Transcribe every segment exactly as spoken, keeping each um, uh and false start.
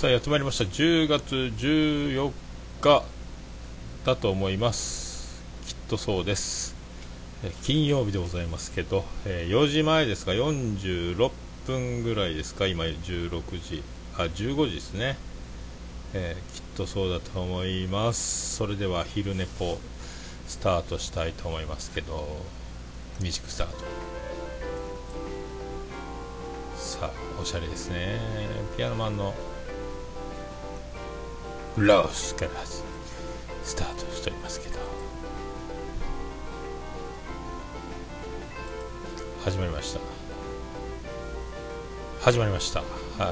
さあやってまいりました。じゅうがつじゅうよっかだと思います。きっとそうです。え金曜日でございますけど、えー、よじまえですがよんじゅうろっぷんぐらいですか。今じゅうろくじ、あじゅうごじですね。えー、きっとそうだと思います。それでは昼寝ぽスタートしたいと思いますけど、ミュージックスタート。さあおしゃれですね。ピアノマンのロースからスタートしておりますけど、始まりました始まりましたはい、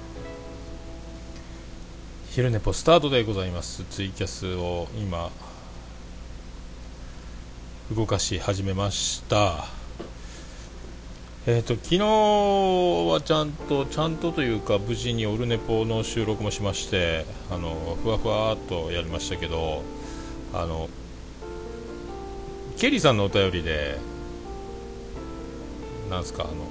昼寝ぽスタートでございます。ツイキャスを今動かし始めました。えーと昨日はちゃんとちゃんとというか無事にオルネポの収録もしまして、あのふわふわっとやりましたけど、あのケリーさんのお便りでなんすか、あの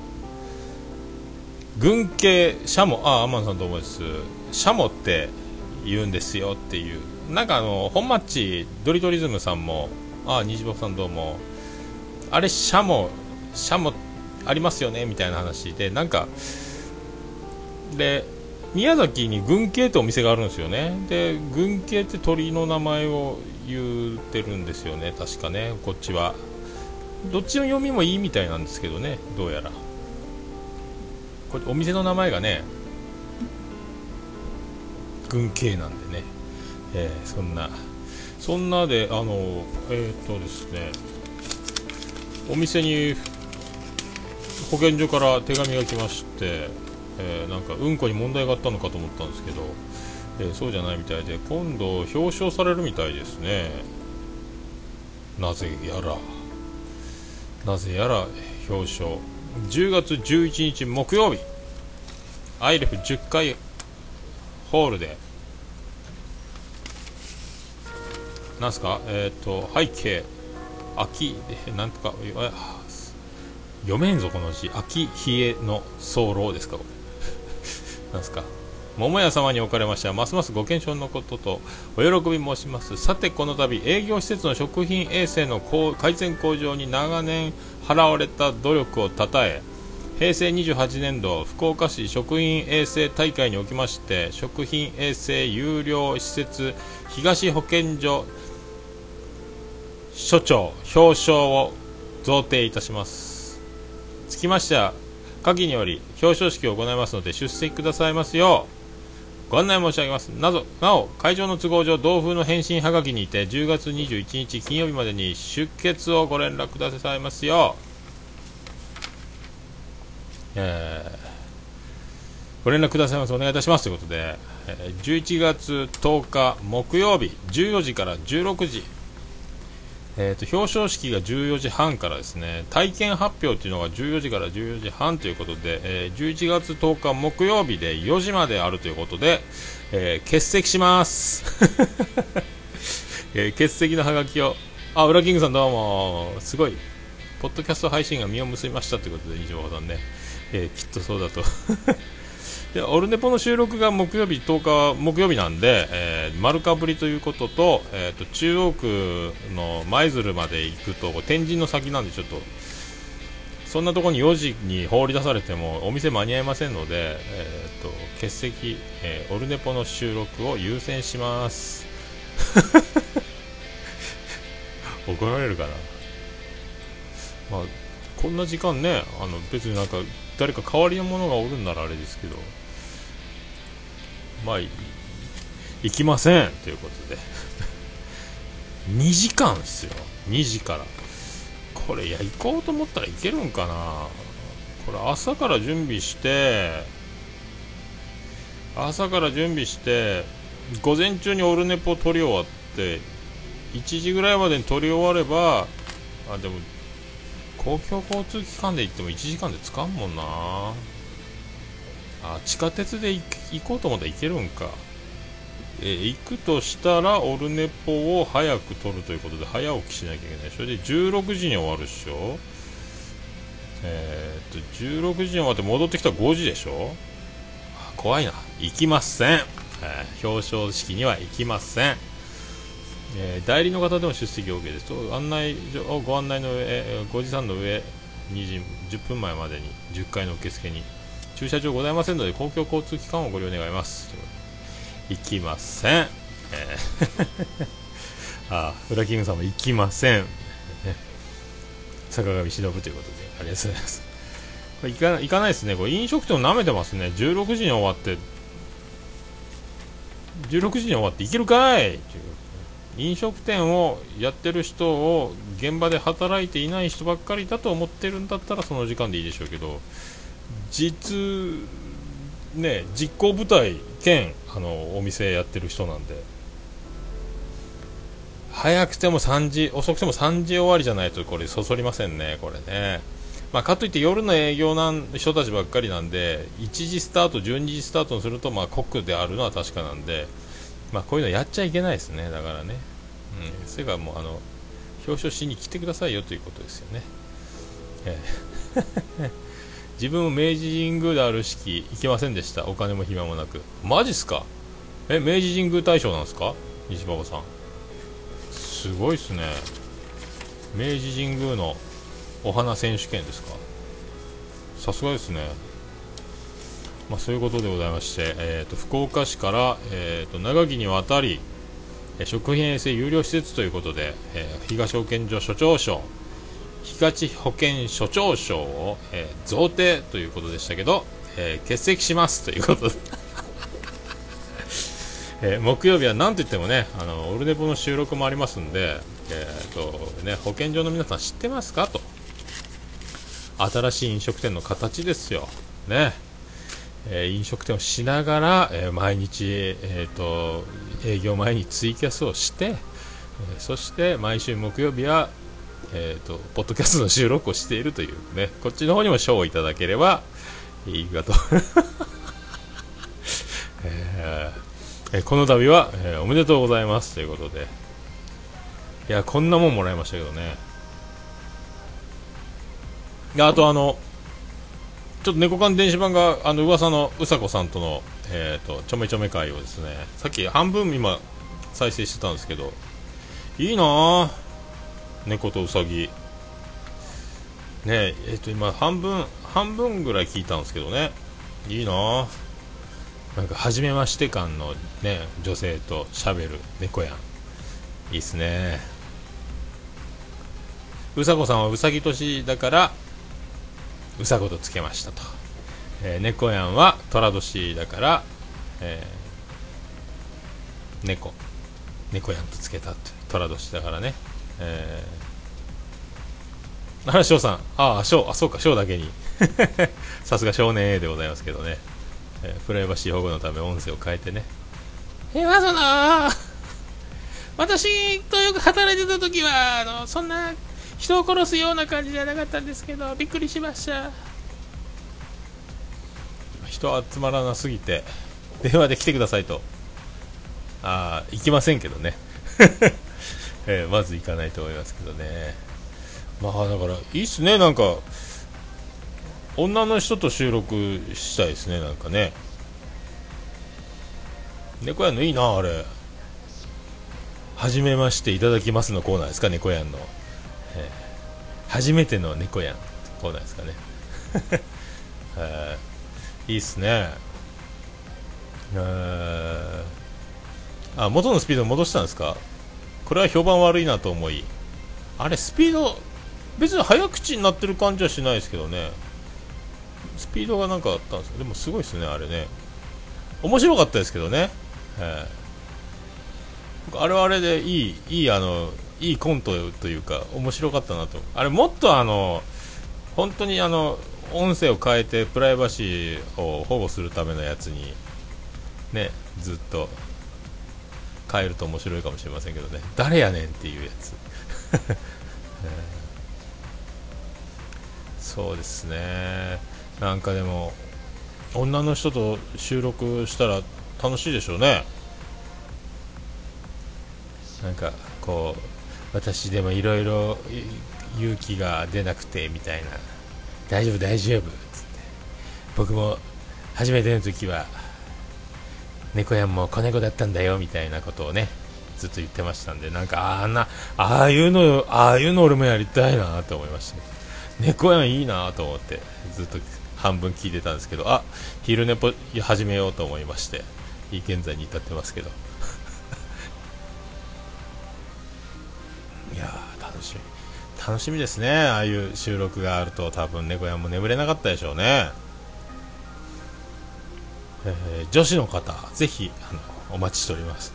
軍系シャモ、あアマンさんどうもです。シャモって言うんですよっていう、なんかあの本マッチドリトリズムさんも、あ虹パパさんどうも、あれシャモシャモありますよねみたいな話で、なんかで宮崎に軍系ってお店があるんですよね。で軍系って鳥の名前を言ってるんですよね、確かね。こっちはどっちの読みもいいみたいなんですけどね、どうやらこれお店の名前がね軍系なんでね、えー、そんなそんなで、あのえっ、ー、とですねお店に保健所から手紙が来まして、えー、なんかうんこに問題があったのかと思ったんですけど、えー、そうじゃないみたいで、今度表彰されるみたいですね。なぜやらなぜやら表彰、じゅうがつじゅういちにち木曜日、アイレフじゅっかいホールで、なんすか、えっ、ー、と背景秋でなんとか読めんぞこの字、秋冷えの候ですかこれなんすか。桃屋様におかれましてはますますご健勝のこととお喜び申します。さてこの度営業施設の食品衛生の改善向上に長年払われた努力をたたえ、平成にじゅうはちねんど福岡市食品衛生大会におきまして食品衛生有料施設東保健所所長表彰を贈呈いたします。つきましては下記により表彰式を行いますので出席くださいますようご案内申し上げます。なぞなお会場の都合上同封の返信はがきにてじゅうがつにじゅういちにち金曜日までに出欠をご連絡くださいますよう、えー、ご連絡くださいます。お願いいたしますということで、えー、じゅういちがつとおか木曜日じゅうよじからじゅうろくじ、えー、と表彰式がじゅうよじはんからですね、体験発表というのがじゅうよじからじゅうよじはんということで、えー、じゅういちがつとおか木曜日でよじまであるということで、えー、欠席します、えー、欠席のハガキを、あウラキングさんどうも、すごいポッドキャスト配信が実を結びましたということで、西岡さんね、えー、きっとそうだとでオルネポの収録が木曜日とおか木曜日なんで、えー、丸かぶりということと、えー、と中央区の舞鶴まで行くと天神の先なんで、ちょっとそんなところによじに放り出されてもお店間に合いませんので、えー、と欠席、えー、オルネポの収録を優先します怒られるかな。まあこんな時間ね、あの別になんか誰か代わりの者がおるんならあれですけど、まあ行きませんということでにじかんっすよ、にじから。これいや行こうと思ったらいけるんかな。これ朝から準備して朝から準備して午前中にオルネポ撮り終わっていちじぐらいまでに撮り終われば、あでも公共交通機関で行ってもいちじかんで着かんもんなあ。地下鉄で行こうと思ったら行けるんか。え行くとしたらオルネポを早く撮るということで早起きしなきゃいけない。それでじゅうろくじに終わるっしょ。えー、っとじゅうろくじに終わって戻ってきたらごじでしょ。 怖いな。行きません、えー、表彰式には行きません。えー、代理の方でも出席 OK ですと。案内所ご案内の上、えー、ごじさんの上にじじゅっぷんまえまでにじゅっかいの受付に駐車場ございませんので公共交通機関をご利用願います。行きません、えー、あウラキングさんも行きません、ね、坂上忍ということでありがとうございます。これ行か、行かないですね。これ飲食店を舐めてますね。じゅうろくじに終わってじゅうろくじに終わって行けるかい。飲食店をやってる人を現場で働いていない人ばっかりだと思ってるんだったらその時間でいいでしょうけど、実ね実行部隊兼あのお店やってる人なんで、早くてもさんじ遅くてもさんじ終わりじゃないとこれそそりませんねこれね。まあ、かといって夜の営業なん人たちばっかりなんでいちじスタートじゅうにじスタートにするとまあ酷であるのは確かなんで、まあ、こういうのやっちゃいけないですね。だからね、うん、それからもうあの表彰しに来てくださいよということですよね、えー、自分も明治神宮である式行けませんでした。お金も暇もなく。マジっすか。え明治神宮大賞なんですか西馬場さん。すごいっすね。明治神宮のお花選手権ですか。さすがですね。まあ、そういうことでございまして、えー、と福岡市から、えー、と長きにわたり食品衛生有料施設ということで、えー、東保健所所長賞東保健所長賞を、えー、贈呈ということでしたけど、えー、欠席しますということで、えー、木曜日は何といってもねあのオルネポの収録もありますんで、えーとね、保健所の皆さん知ってますかと。新しい飲食店の形ですよね。えー、飲食店をしながら、えー、毎日、えー、と営業前にツイキャスをして、えー、そして毎週木曜日は、えー、とポッドキャストの収録をしているというね、こっちの方にも賞をいただければいいかと、えーえー、この度は、えー、おめでとうございますということで、いやこんなもんもらいましたけどね。あとあのちょっと猫缶電子版があの噂のうさこさんとの、えー、とちょめちょめ会をですね、さっき半分今再生してたんですけど、いいなぁ猫とうさぎね。えっ、ー、と今半分半分ぐらい聞いたんですけどね、いいなぁ。なんか初めまして感のね女性と喋る猫やん、いいっすね。うさこさんはうさぎ年だからうさことつけましたと、えー、猫やんは寅年だから、えー、猫猫やんとつけたと。寅年だからね、えー、あら翔さん、ああ翔あそうか翔だけにさすが少年 A でございますけどね、えー、プライバシー保護のため音声を変えてね。えまその私とよく働いてた時はあのそんな人を殺すような感じじゃなかったんですけどびっくりしました。人集まらなすぎて電話で来てくださいと。ああ行きませんけどね、えー、まず行かないと思いますけどね。まあだからいいっすね。なんか女の人と収録したいですね。なんかね猫やんのいいなあれ。はじめましていただきますのコーナーですか猫やんの、えー、初めての猫やんコーナーですかね、えー、いいっすね。えー、あ元のスピード戻したんですか。これは評判悪いなと思い、あれスピード別に早口になってる感じはしないですけどね、スピードがなんかあったんですけど、でもすごいですねあれね。面白かったですけどね、えーあれはあれでいいいいあのいいコントというか面白かったなと。あれもっとあの本当にあの音声を変えてプライバシーを保護するためのやつにねずっと変えると面白いかもしれませんけどね。誰やねんっていうやつ、えー、そうですね。なんかでも女の人と収録したら楽しいでしょうね。なんかこう私でもいろいろ勇気が出なくてみたいな、大丈夫大丈夫っつって、僕も初めての時は猫やんも子猫だったんだよみたいなことをねずっと言ってましたんで、なんかあんなああいうのああいうの俺もやりたいなと思いました。猫やんいいなと思ってずっと半分聞いてたんですけど、あ、昼寝ぽ始めようと思いまして現在に至ってますけどいやー楽しみ楽しみですね。ああいう収録があると多分猫やんも眠れなかったでしょうね。えー、女子の方ぜひあのお待ちしております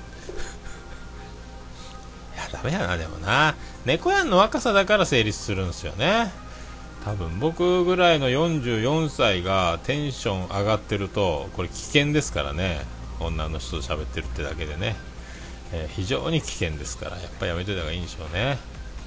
いやダメやな、でもな猫やんの若さだから成立するんですよね。多分僕ぐらいのよんじゅうよんさいがテンション上がってるとこれ危険ですからね。女の人と喋ってるってだけでね、えー、非常に危険ですからやっぱりやめといた方がいいんでしょうね。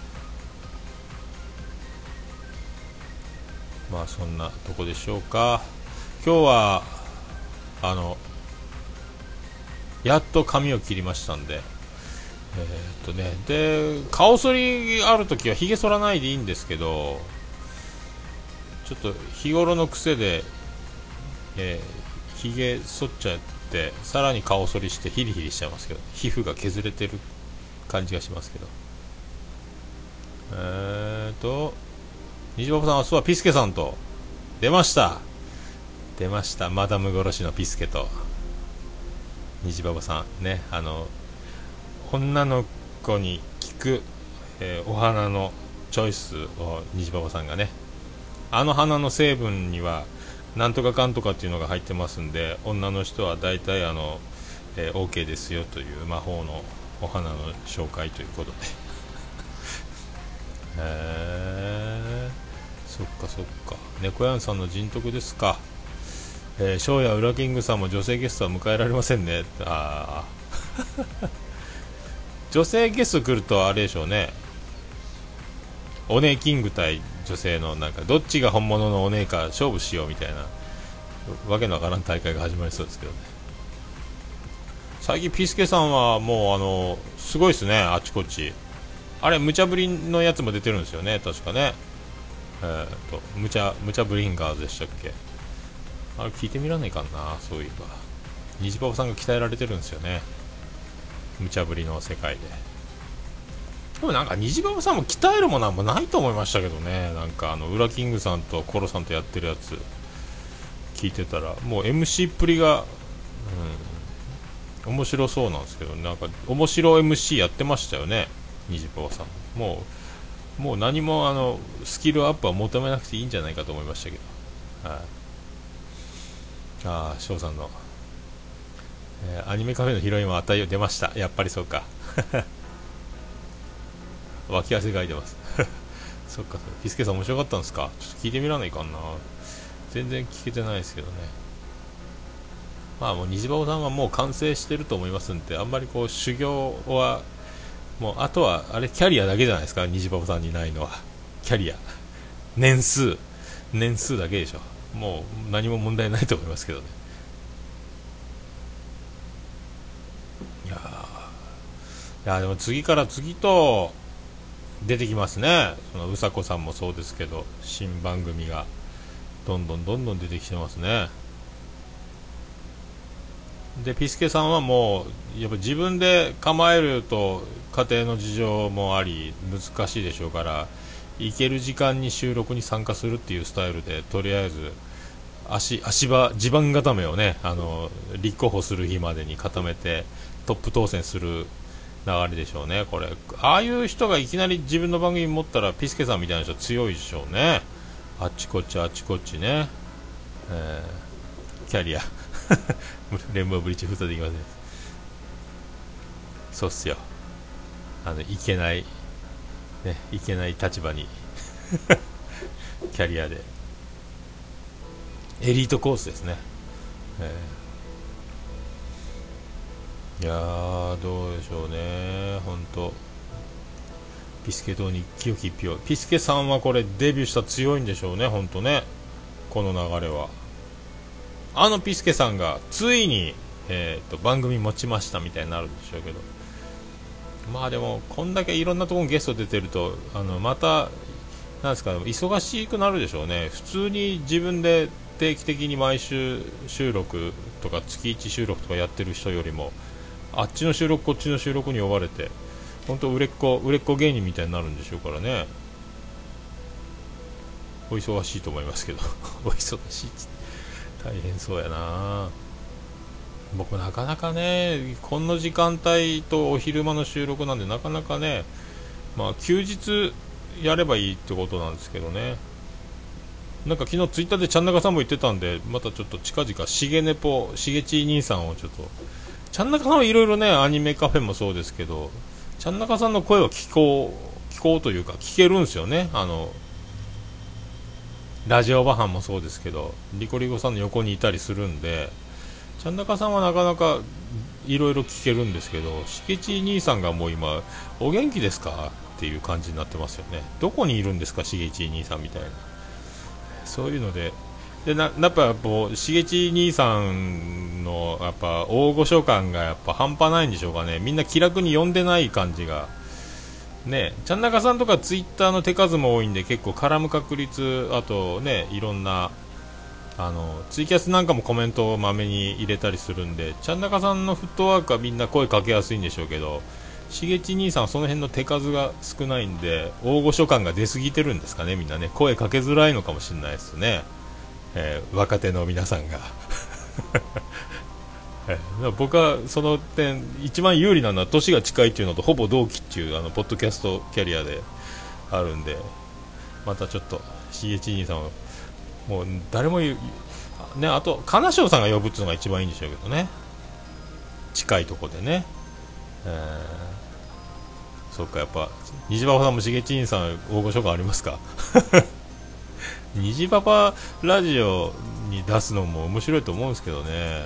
まあそんなとこでしょうか。今日はあのやっと髪を切りましたんで、えー、っとねで顔剃りあるときはひげ剃らないでいいんですけど、ちょっと日頃の癖で、えー、ひげ剃っちゃってさらに顔剃りしてヒリヒリしちゃいますけど、皮膚が削れてる感じがしますけど、えーと虹パパさん、明日はピスケさんと出ました出ましたマダム殺しのピスケと虹パパさんね、あの女の子に聞く、えー、お花のチョイスを虹パパさんがね、あの花の成分にはなんとかかんとかっていうのが入ってますんで、女の人は大体あの、えー、OK ですよという魔法のお花の紹介ということでへー、そっかそっか、猫やんさんの人徳ですか。えー、ショーやウラキングさんも女性ゲストは迎えられませんね。あ女性ゲスト来るとあれでしょうね、お姉キング対女性のなんかどっちが本物のお姉か勝負しようみたいなわけのわからん大会が始まりそうですけどね。最近ピスケさんはもうあのすごいですね、あちこちあれ無茶ぶりのやつも出てるんですよね確かね。えー、と無茶無茶ブリンガーズでしたっけ。あれ聞いてみらないかな、そういえば虹パパさんが鍛えられてるんですよね、無茶ぶりの世界で。でもなんか虹パパさんも鍛えるものはもうないと思いましたけどね。なんかあのウラキングさんとコロさんとやってるやつ聞いてたらもう エムシー っぷりが、うん、面白そうなんですけど、なんか面白 エムシー やってましたよね虹パパさん。もうもう何もあのスキルアップは求めなくていいんじゃないかと思いましたけど、はい、ああ翔さんの、えー、アニメカフェのヒロインは値を出ました。やっぱりそうか脇汗かいてますそっか、ピスケさん面白かったんですか。ちょっと聞いてみらないかな、全然聞けてないですけどね。まあもう虹パパさんはもう完成してると思いますんで、あんまりこう修行はもうあとはあれキャリアだけじゃないですか、虹パパさんにないのはキャリア年数年数だけでしょ。もう何も問題ないと思いますけどね。いやいやでも次から次と出てきますね。そのうさこさんもそうですけど新番組がどんどんどんどん出てきてますね。でピスケさんはもうやっぱ自分で構えると家庭の事情もあり難しいでしょうから、行ける時間に収録に参加するっていうスタイルでとりあえず足足場地盤固めをね、あの立候補する日までに固めてトップ当選する流れでしょうね。これああいう人がいきなり自分の番組持ったらピスケさんみたいな人強いでしょうね。あっちこっちあっちこっちね、えー、キャリアレインボーブリッジ封鎖できません。そうっすよ、あのいけないね、いけない立場にキャリアでエリートコースですね、えー、いやーどうでしょうね。本当ピスケ党に清き一票。ピスケさんはこれデビューした強いんでしょうね。本当ね、この流れはあのピスケさんがついに、えー、と番組持ちましたみたいになるんでしょうけど、まあでもこんだけいろんなところにゲスト出てるとあのまたなんですか忙しくなるでしょうね。普通に自分で定期的に毎週収録とか月いち収録とかやってる人よりもあっちの収録こっちの収録に呼ばれて本当売れっ子売れっ子芸人みたいになるんでしょうからね。お忙しいと思いますけどお忙しいっつって大変そうやな。僕なかなかねこの時間帯とお昼間の収録なんでなかなかね、まあ休日やればいいってことなんですけどね。なんか昨日ツイッターでちゃんなかさんも言ってたんでまたちょっと近々しげねぽしげち兄さんをちょっとちゃんなかさんはいろいろねアニメカフェもそうですけどちゃんなかさんの声を聞こう聞こうというか聞けるんですよね。あのラジオバハンもそうですけどリコリコさんの横にいたりするんでちゃんなかさんはなかなかいろいろ聞けるんですけどしげち兄さんがもう今お元気ですかっていう感じになってますよね。どこにいるんですかしげち兄さんみたいなそういうのででなやっぱこうしげち兄さんのやっぱ大御所感がやっぱ半端ないんでしょうかね。みんな気楽に呼んでない感じがね。ちゃんなかさんとかツイッターの手数も多いんで結構絡む確率あとねいろんなあのツイキャスなんかもコメントをまめに入れたりするんでちゃんなかさんのフットワークはみんな声かけやすいんでしょうけどしげち兄さんはその辺の手数が少ないんで大御所感が出過ぎてるんですかね。みんなね声かけづらいのかもしれないですね、えー、若手の皆さんが、えー、僕はその点一番有利なのは年が近いっていうのとほぼ同期っていうあのポッドキャストキャリアであるんでまたちょっとしげち兄さんをもう誰も言うね。あと金賞さんが呼ぶっていうのが一番いいんでしょうけどね近いとこでね、えー、そうかやっぱ虹パパさんもしげち兄さん大御所感ありますか虹パパラジオに出すのも面白いと思うんですけどね、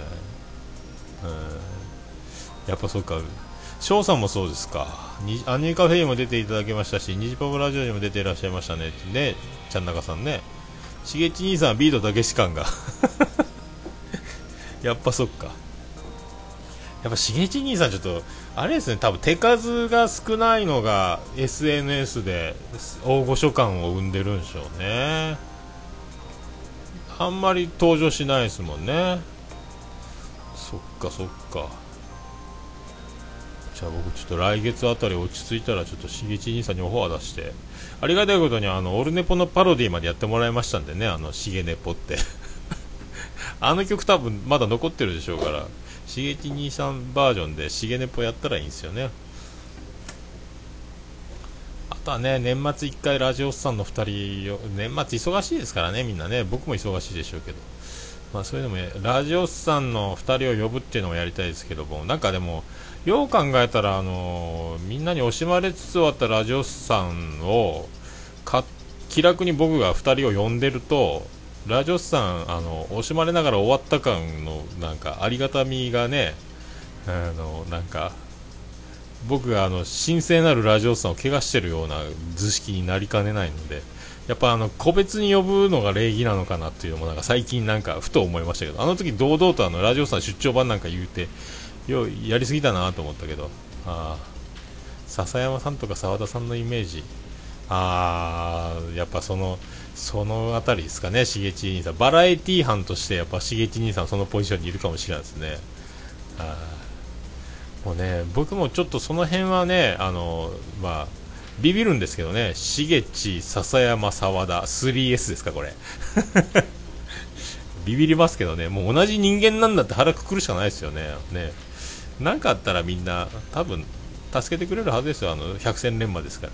うん、やっぱそうか翔さんもそうですか。アニメカフェにも出ていただきましたし虹パパラジオにも出ていらっしゃいましたねねちゃんなかさんね。しげち兄さんはビートたけし感がやっぱそっかやっぱしげち兄さんちょっとあれですね多分手数が少ないのが エスエヌエス で大御所感を生んでるんでしょうね。あんまり登場しないですもんね。そっかそっか。じゃあ僕ちょっと来月あたり落ち着いたらちょっとしげち兄さんにオファー出してありがたいことにあのオルネポのパロディまでやってもらいましたんでねあのしげねぽってあの曲多分まだ残ってるでしょうからしげち兄さんバージョンでしげねぽやったらいいんですよね。あとはね年末いっかいラジオおっさんのふたり年末忙しいですからねみんなね僕も忙しいでしょうけどまあそういうのもラジオスさんのふたりを呼ぶっていうのもやりたいですけどもなんかでもよう考えたらあのー、みんなに惜しまれつつ終わったラジオスさんをか気楽に僕がふたりを呼んでるとラジオスさんあの惜しまれながら終わった感のなんかありがたみがねあのなんか僕があの神聖なるラジオスさんを怪我してるような図式になりかねないのでやっぱあの個別に呼ぶのが礼儀なのかなっていうのもなんか最近なんかふと思いましたけどあの時堂々とあのラジオさん出張版なんか言うてよやりすぎたなと思ったけどあ笹山さんとか澤田さんのイメージあーやっぱそのそのあたりですかね。しげち兄さんバラエティー班としてやっぱしげち兄さんそのポジションにいるかもしれないですね。あもうね僕もちょっとその辺はねあのまあビビるんですけどねしげち笹山澤田 スリーエス ですかこれビビりますけどねもう同じ人間なんだって腹くくるしかないですよね。ねなんかあったらみんな多分助けてくれるはずですよあの百戦錬磨ですから、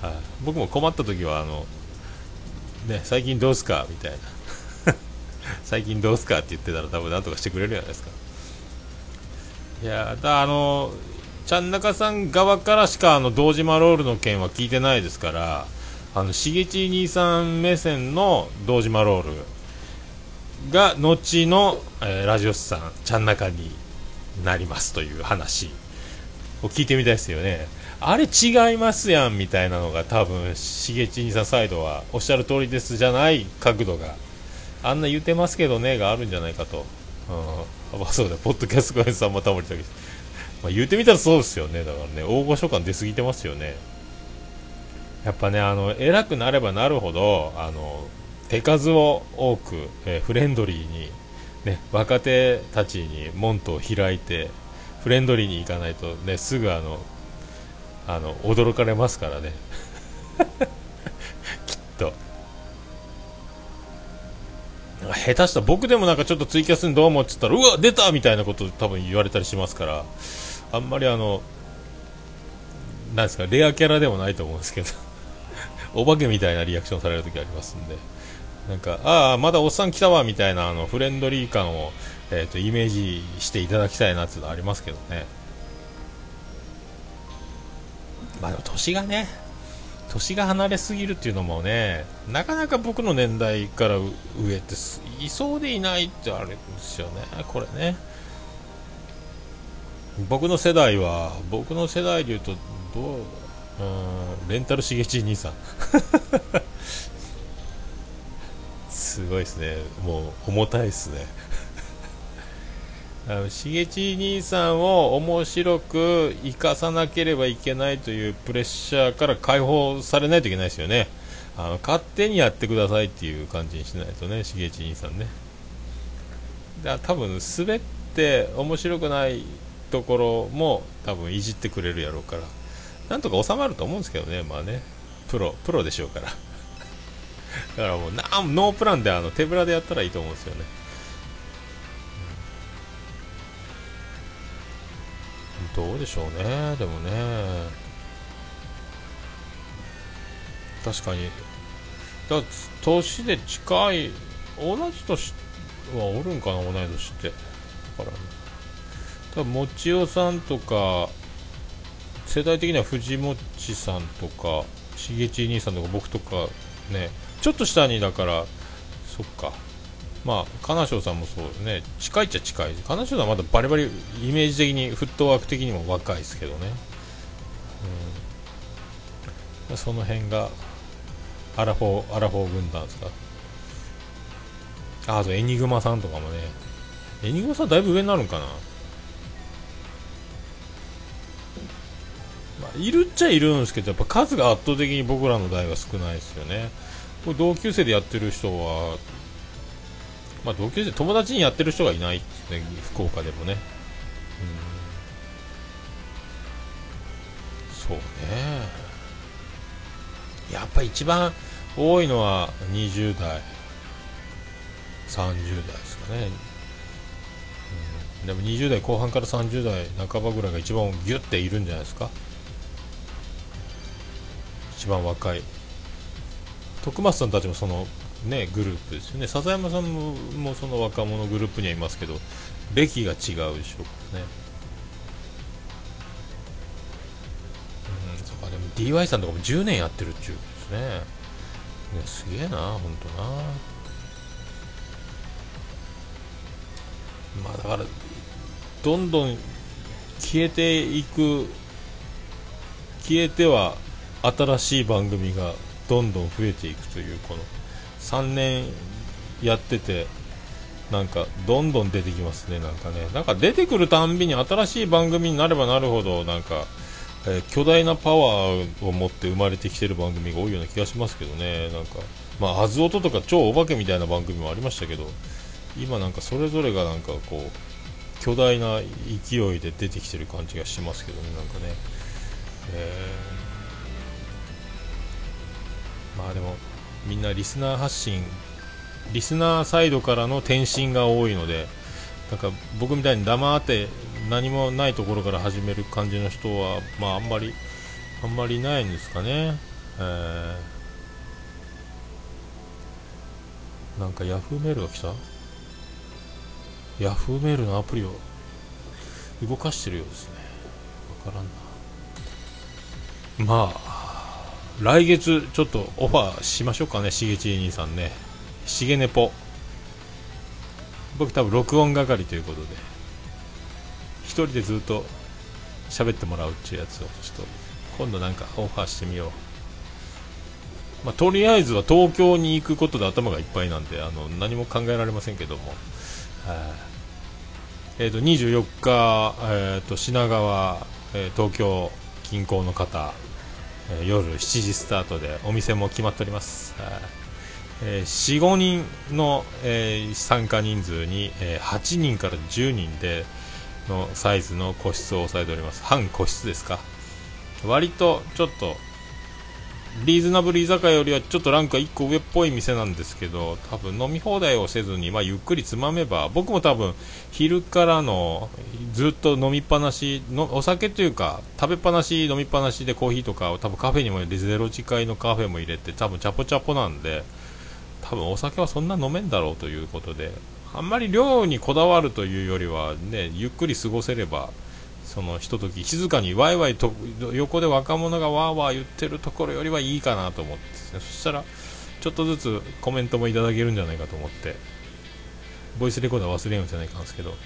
はあ、僕も困った時はあのね最近どうすかみたいな最近どうすかって言ってたら多分なんとかしてくれるじゃないですか。いやだあのちゃんなかさん側からしかあの堂島ロールの件は聞いてないですからあのしげち兄さん目線の堂島ロールが後の、えー、ラジオスさんちゃんなかになりますという話を聞いてみたいですよね。あれ違いますやんみたいなのが多分しげち兄さんサイドはおっしゃる通りですじゃない角度があんな言ってますけどねがあるんじゃないかと、うん、あそうだポッドキャストガイズさんまたもりだけど、まあ、言ってみたらそうですよね。だからね大御所感出過ぎてますよね。やっぱねあの偉くなればなるほどあの手数を多く、えーフレンドリーに、ね、若手たちに門戸を開いてフレンドリーに行かないと、ね、すぐあのあの驚かれますからねきっと下手したら僕でもなんかちょっとツイキャスにどうもっつったらうわ出たみたいなこと多分言われたりしますから、あんまりあのなんですかレアキャラでもないと思うんですけどお化けみたいなリアクションされる時ありますんで、なんかああまだおっさん来たわみたいなあのフレンドリー感を、えー、とイメージしていただきたいなっていうのはありますけどね。まあでも年がね年が離れすぎるっていうのもね、なかなか僕の年代から上っていそうでいないってあるんですよね、これね。僕の世代は僕の世代でいうとどう、うんレンタルしげち兄さんすごいですね、もう重たいですねあのしげち兄さんを面白く生かさなければいけないというプレッシャーから解放されないといけないですよね。あの勝手にやってくださいっていう感じにしないとね、しげち兄さんね。だから多分滑って面白くないところも多分いじってくれるやろうから、なんとか収まると思うんですけどね。まあね、プロプロでしょうからだからもうなノープランであの手ぶらでやったらいいと思うんですよね。どうでしょうね。でもね、確かにだ年で近い同じ年はおるんかな、同い年って。だからね、多分もちおさんとか世代的には藤もちさんとかしげち兄さんとか僕とかね、ちょっと下にだから、そっか、まあ金賞さんもそうね、近いっちゃ近い。金賞さんはまだバリバリイメージ的にフットワーク的にも若いですけどね、うん、その辺がアラフォーアラフォー軍団ですか。ああとエニグマさんとかもね、エニグマさんだいぶ上になるんかな、まあ、いるっちゃいるんですけど、やっぱ数が圧倒的に僕らの代は少ないですよね。これ同級生でやってる人は、まあ、同級生友達にやってる人がいないですね、福岡でもね。うん、そうね、やっぱ一番多いのはにじゅう代さんじゅう代ですかね、うん、でもにじゅう代後半からさんじゅう代半ばぐらいが一番ギュッているんじゃないですか。一番若い徳松さんたちもそのねグループですよね。笹山さんも、もうその若者グループにはいますけど、歴が違うでしょうからね。うん、そっか。でも ディーワイ さんとかもじゅうねんやってるっていうですね。ね、すげえな、ほんとな。まあだからどんどん消えていく、消えては新しい番組がどんどん増えていくという、このさんねんやっててなんかどんどん出てきますね。なんかね、なんか出てくるたんびに新しい番組になればなるほどなんか、えー巨大なパワーを持って生まれてきてる番組が多いような気がしますけどね。なんかまあアズオトとか超お化けみたいな番組もありましたけど、今なんかそれぞれがなんかこう巨大な勢いで出てきてる感じがしますけどね。なんかね、えーまあでもみんなリスナー発信、リスナーサイドからの転身が多いので、なんか僕みたいに黙って何もないところから始める感じの人はまああんまりあんまりいないんですかね。えー、なんかヤフーメールが来た。ヤフーメールのアプリを動かしてるようですね。わからんな。まあ来月ちょっとオファーしましょうかね、しげち兄さんね。しげねぽ、僕多分録音係ということで一人でずっと喋ってもらうっていうやつをちょっと今度なんかオファーしてみよう。まあ、とりあえずは東京に行くことで頭がいっぱいなんで、あの何も考えられませんけども、えー、とにじゅうよっか、えー、と品川、えー東京近郊の方、えー夜しちじスタートでお店も決まっております。 えー、よん、ごにんの、えー、参加人数に、えー、はちにんからじゅうにんでのサイズの個室を抑えております。半個室ですか。割とちょっとリーズナブル居酒屋よりはちょっとランクはいっこ上っぽい店なんですけど、多分飲み放題をせずに、まあ、ゆっくりつまめば、僕も多分昼からのずっと飲みっぱなしのお酒というか食べっぱなし飲みっぱなしでコーヒーとかを多分カフェにも入れてゼロ次会のカフェも入れて多分チャポチャポなんで、多分お酒はそんな飲めんだろうということで、あんまり量にこだわるというよりはね、ゆっくり過ごせればそのひととき静かにワイワイと横で若者がワーワー言ってるところよりはいいかなと思ってですね、そしたらちょっとずつコメントもいただけるんじゃないかと思って、ボイスレコーダー忘れんようじゃないかんですけど、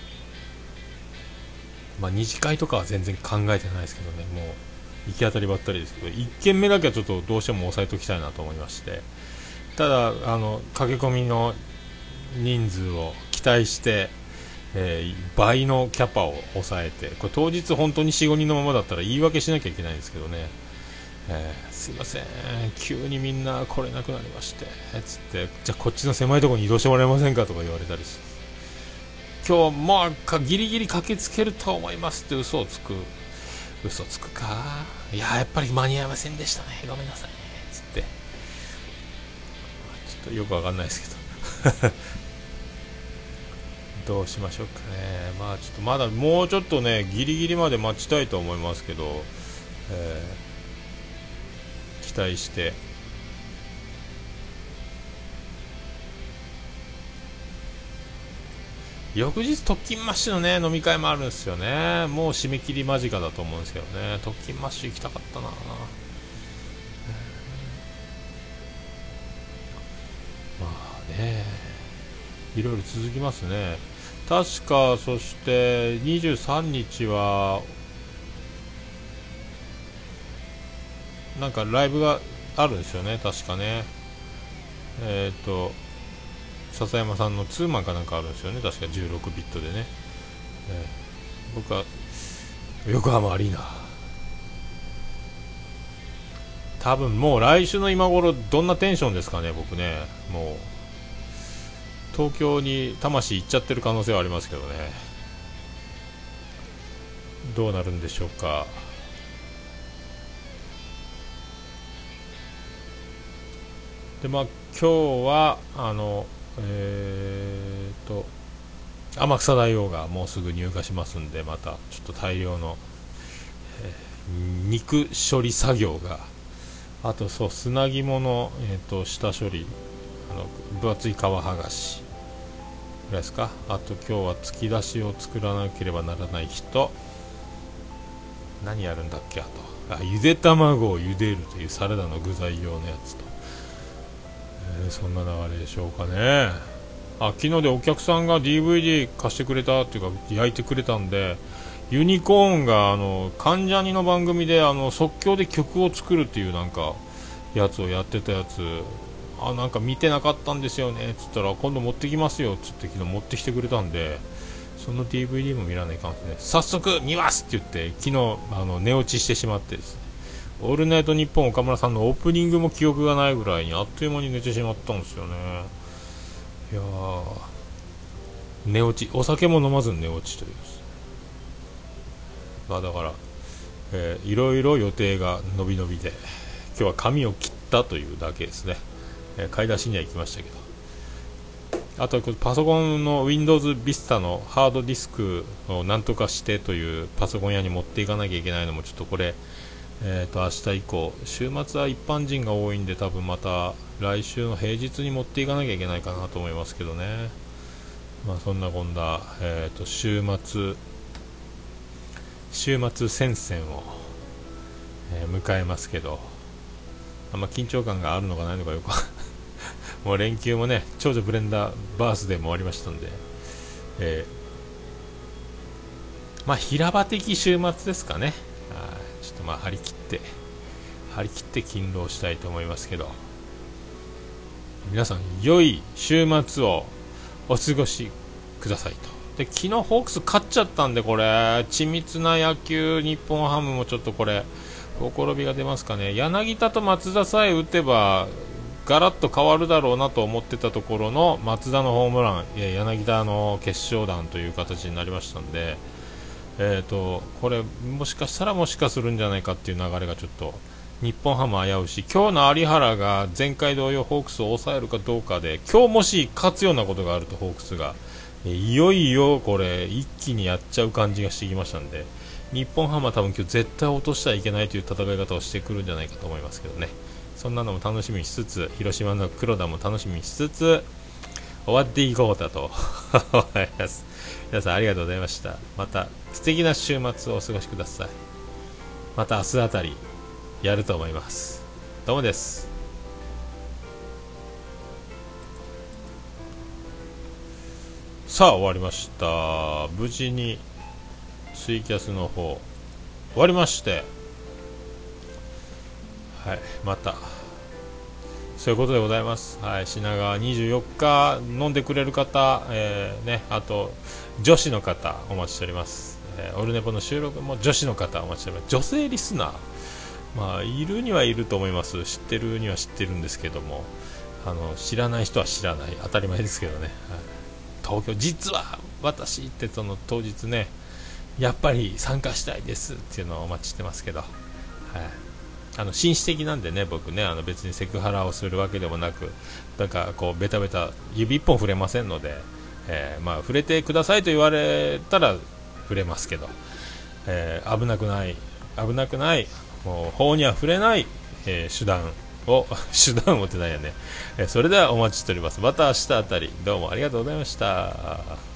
まあ二次会とかは全然考えてないですけどね、もう行き当たりばったりですけど、いっけんめだけはちょっとどうしても抑えておきたいなと思いまして、ただあの駆け込みの人数を期待してえー、倍のキャパを抑えて、これ当日本当に よん、ごにんのままだったら言い訳しなきゃいけないんですけどね、えー、すいません急にみんな来れなくなりましてつって、じゃあこっちの狭いところに移動してもらえませんかとか言われたりして、今日もうギリギリ駆けつけると思いますって嘘をつく嘘つくか、いややっぱり間に合いませんでしたね、ごめんなさいねつって、ちょっとよくわかんないですけどどうしましょうかね。まあちょっとまだもうちょっとねギリギリまで待ちたいと思いますけど、えー、期待して翌日特勤マッシュのね飲み会もあるんですよね。もう締め切り間近だと思うんですけどね、特勤マッシュ行きたかったな。まあねいろいろ続きますね。確かそしてにじゅうさんにちはなんかライブがあるんですよね、確かね。えっ、ー、と笹山さんのツーマンかなんかあるんですよね、確かじゅうろくビットでね、えー、僕は横浜アリーナ、多分もう来週の今頃どんなテンションですかね。僕ねもう東京に魂行っちゃってる可能性はありますけどね、どうなるんでしょうか。でまあ今日はあのえー、と天草大王がもうすぐ入荷しますんで、またちょっと大量の、えー、肉処理作業が、あとそう砂肝の、えー、と下処理、あの分厚い皮剥がしぐらいですか。あと今日は突き出しを作らなければならない人、何やるんだっけ、あとあゆで卵を茹でるというサラダの具材用のやつと、えー、そんな流れでしょうかね。あ昨日でお客さんが ディーブイディー 貸してくれたっていうか焼いてくれたんで、ユニコーンがあの関ジャニの番組であの即興で曲を作るっていうなんかやつをやってたやつ、あなんか見てなかったんですよねっつったら、今度持ってきますよっつって昨日持ってきてくれたんで、その ディーブイディー も見らないかんですね。早速見ますって言って昨日あの寝落ちしてしまってですね、オールナイトニッポン岡村さんのオープニングも記憶がないぐらいにあっという間に寝てしまったんですよね。いやー寝落ち、お酒も飲まずに寝落ちというです、まあ、だから、えー、いろいろ予定が伸び伸びで今日は髪を切ったというだけですね、えー、買い出しには行きましたけど、あとはパソコンの Windows Vista のハードディスクをなんとかしてというパソコン屋に持っていかなきゃいけないのもちょっとこれ、えー、と明日以降週末は一般人が多いんで多分また来週の平日に持っていかなきゃいけないかなと思いますけどね。まあそんなこんな、えー、と週末週末戦線を、えー、迎えますけど、あんま緊張感があるのかないのかよくもう連休もね、長女ブレンダーバースデーも終わりましたんで、えー、まあ平場的週末ですかね。あちょっとまあ張り切って張り切って勤労したいと思いますけど、皆さん良い週末をお過ごしくださいと。で昨日ホークス勝っちゃったんで、これ緻密な野球、日本ハムもちょっとこれほころびが出ますかね。柳田と松田さえ打てばガラッと変わるだろうなと思ってたところの松田のホームラン、えー柳田の決勝弾という形になりましたんで、えー、とこれもしかしたらもしかするんじゃないかっていう流れがちょっと日本ハム危うし、今日の有原が前回同様ホークスを抑えるかどうかで、今日もし勝つようなことがあるとホークスが、えーいよいよこれ一気にやっちゃう感じがしてきましたんで、日本ハムは多分今日絶対落としてはいけないという戦い方をしてくるんじゃないかと思いますけどね。そんなのも楽しみにしつつ、広島の黒田も楽しみにしつつ終わっていこうだと思います。皆さんありがとうございました。また素敵な週末をお過ごしください。また明日あたりやると思います。どうもです。さあ終わりました。無事にツイキャスの方終わりまして、はい、またそういうことでございます。はい、品川にじゅうよっか飲んでくれる方、えーね、あと女子の方お待ちしております。えーオルネポの収録も女子の方お待ちしております。女性リスナー、まあいるにはいると思います。知ってるには知ってるんですけども、あの知らない人は知らない、当たり前ですけどね。はい、東京実は私ってその当日ね、やっぱり参加したいですっていうのをお待ちしてますけど、はい、あの紳士的なんでね、僕ね、あの別にセクハラをするわけでもなく、なんかこうベタベタ指一本触れませんので、えーまあ、触れてくださいと言われたら触れますけど、えー危なくない危なくないもう法には触れない、えー手段を手段をってないやね、えーそれではお待ちしております。また明日あたりどうもありがとうございました。